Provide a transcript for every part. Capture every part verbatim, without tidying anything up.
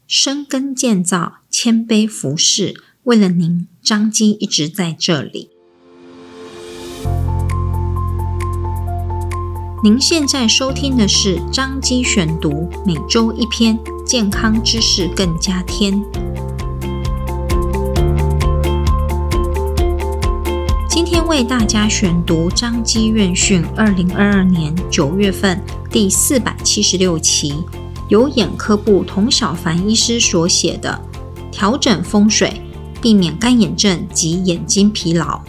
深耕建造，谦卑服侍，为了您，张基一直在这里。您现在收听的是张基选读，每周一篇，健康知识更加添。今天为大家选读张基院讯二零二二年九月份第四百七十六期，由眼科部童小凡医师所写的《调整风水，避免干眼症及眼睛疲劳》。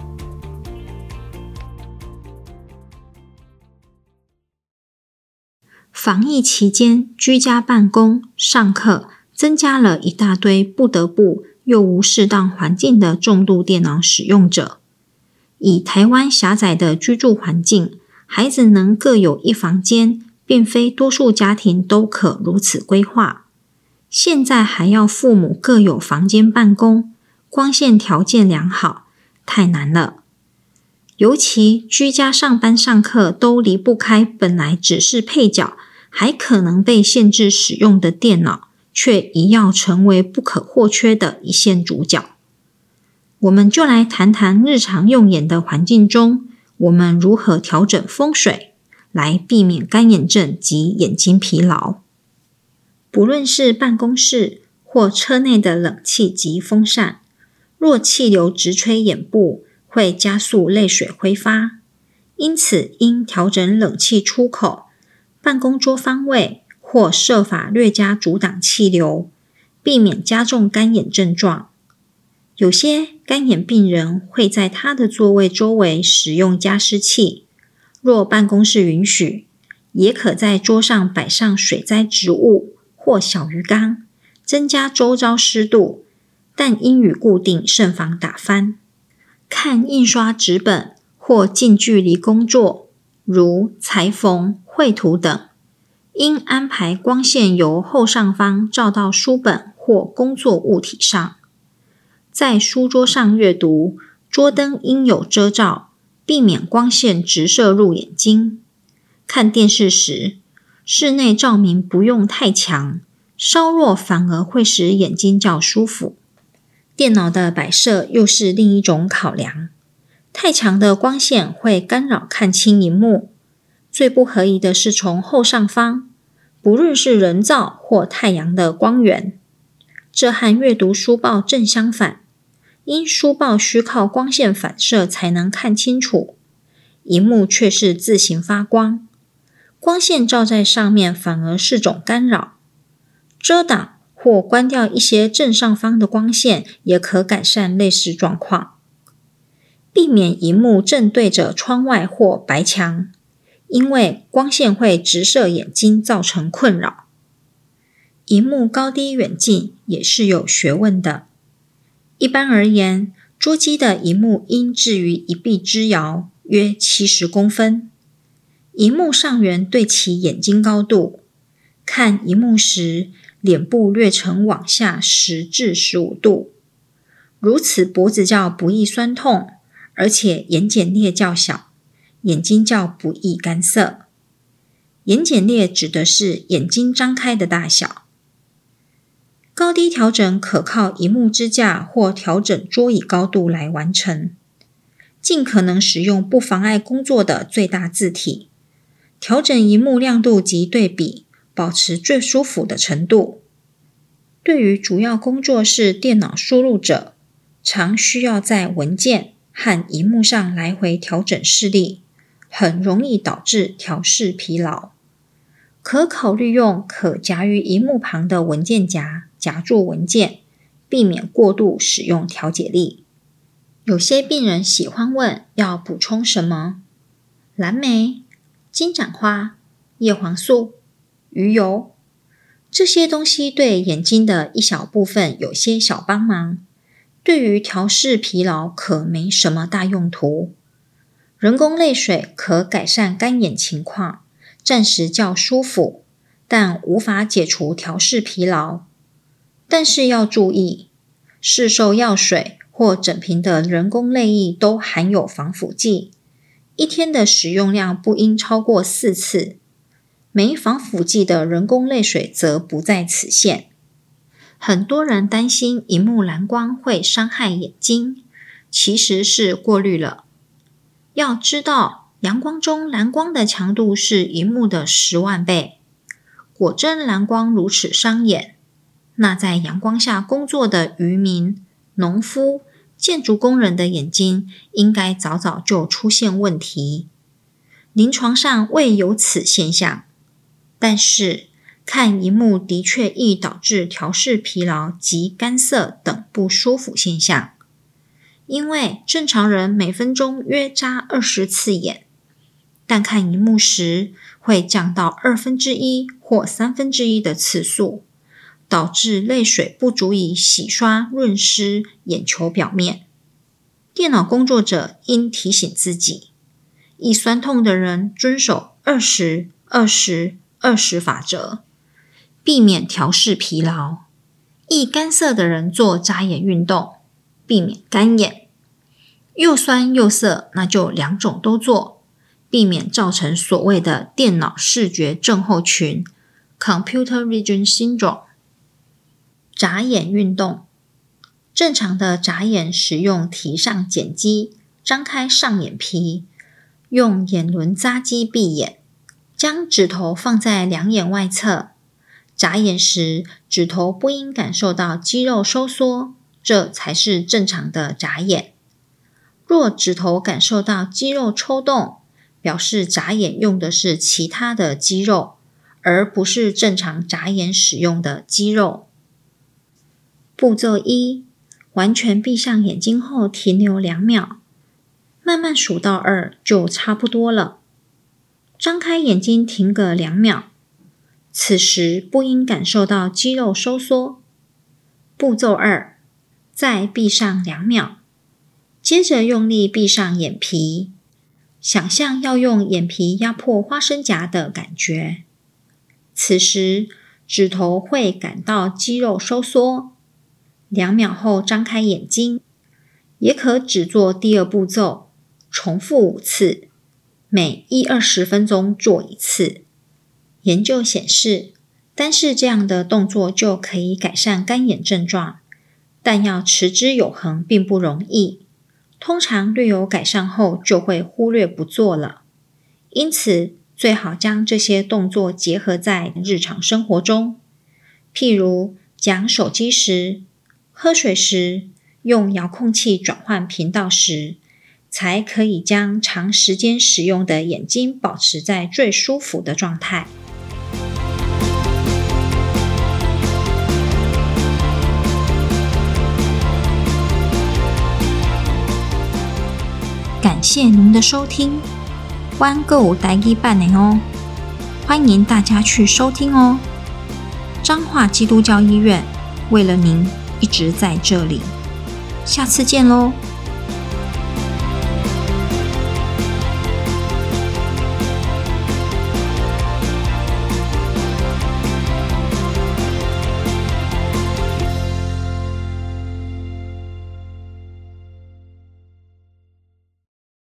防疫期间，居家办公、上课，增加了一大堆不得不又无适当环境的重度电脑使用者。以台湾狭窄的居住环境，孩子能各有一房间，并非多数家庭都可如此规划。现在还要父母各有房间办公，光线条件良好，太难了。尤其居家上班上课都离不开本来只是配角，还可能被限制使用的电脑，却一要成为不可或缺的一线主角。我们就来谈谈日常用眼的环境中，我们如何调整风水，来避免干眼症及眼睛疲劳。不论是办公室或车内的冷气及风扇，若气流直吹眼部，会加速泪水挥发，因此应调整冷气出口、办公桌方位，或设法略加阻挡气流，避免加重干眼症状。有些干眼病人会在他的座位周围使用加湿器，若办公室允许，也可在桌上摆上水栽植物或小鱼缸，增加周遭湿度，但应予固定，慎防打翻。看印刷纸本或近距离工作，如裁缝、绘图等，应安排光线由后上方照到书本或工作物体上。在书桌上阅读，桌灯应有遮罩，避免光线直射入眼睛。看电视时，室内照明不用太强，稍弱反而会使眼睛较舒服。电脑的摆设又是另一种考量，太强的光线会干扰看清萤幕。最不合宜的是从后上方，不论是人造或太阳的光源，这和阅读书报正相反。因书报需靠光线反射才能看清楚，萤幕却是自行发光，光线照在上面反而是种干扰。遮挡或关掉一些正上方的光线，也可改善类似状况。避免萤幕正对着窗外或白墙，因为光线会直射眼睛，造成困扰。萤幕高低远近也是有学问的。一般而言，桌机的萤幕应置于一臂之遥，约七十公分。萤幕上缘对齐眼睛高度，看萤幕时，脸部略呈往下十至十五度，如此脖子较不易酸痛，而且眼睑裂较小，眼睛较不易干涩。眼睑裂指的是眼睛张开的大小。高低调整可靠萤幕支架或调整桌椅高度来完成，尽可能使用不妨碍工作的最大字体，调整萤幕亮度及对比，保持最舒服的程度。对于主要工作是电脑输入者，常需要在文件和萤幕上来回调整视力，很容易导致调视疲劳。可考虑用可夹于萤幕旁的文件夹夹住文件，避免过度使用调节力。有些病人喜欢问要补充什么？蓝莓、金盏花、叶黄素、鱼油，这些东西对眼睛的一小部分有些小帮忙，对于调视疲劳可没什么大用途。人工泪水可改善干眼情况，暂时较舒服，但无法解除调视疲劳。但是要注意，市售药水或整瓶的人工泪液都含有防腐剂，一天的使用量不应超过四次。没防腐剂的人工泪水则不在此限。 很多人担心萤幕蓝光会伤害眼睛，其实是过滤了。要知道，阳光中蓝光的强度是萤幕的十万倍。果真蓝光如此伤眼，那在阳光下工作的渔民、农夫、建筑工人的眼睛应该早早就出现问题。临床上未有此现象，但是看萤幕的确易导致调视疲劳及干涩等不舒服现象。因为正常人每分钟约眨二十次眼，但看萤幕时会降到二分之一或三分之一的次数，导致泪水不足以洗刷润湿眼球表面。电脑工作者应提醒自己，易酸痛的人遵守二十、二十、二十法则，避免调视疲劳；易干涩的人做眨眼运动，避免干眼。又酸又涩，那就两种都做，避免造成所谓的电脑视觉症候群 （Computer Vision Syndrome）。眨眼运动，正常的眨眼使用提上睑肌，张开上眼皮，用眼轮匝肌闭眼，将指头放在两眼外侧。眨眼时，指头不应感受到肌肉收缩，这才是正常的眨眼。若指头感受到肌肉抽动，表示眨眼用的是其他的肌肉，而不是正常眨眼使用的肌肉。步骤一，完全闭上眼睛后停留两秒，慢慢数到二就差不多了。张开眼睛停个两秒，此时不应感受到肌肉收缩。步骤二，再闭上两秒。接着用力闭上眼皮，想象要用眼皮压迫花生夹的感觉。此时指头会感到肌肉收缩。两秒后张开眼睛，也可只做第二步骤，重复五次，每一二十分钟做一次。研究显示，单是这样的动作就可以改善干眼症状，但要持之有恒并不容易。通常略有改善后就会忽略不做了，因此最好将这些动作结合在日常生活中，譬如讲手机时、喝水时、用遥控器转换频道时，才可以将长时间使用的眼睛保持在最舒服的状态。感谢您的收听，湾购有台语版的哦，欢迎大家去收听哦。彰化基督教医院为了您一直在这里，下次见喽。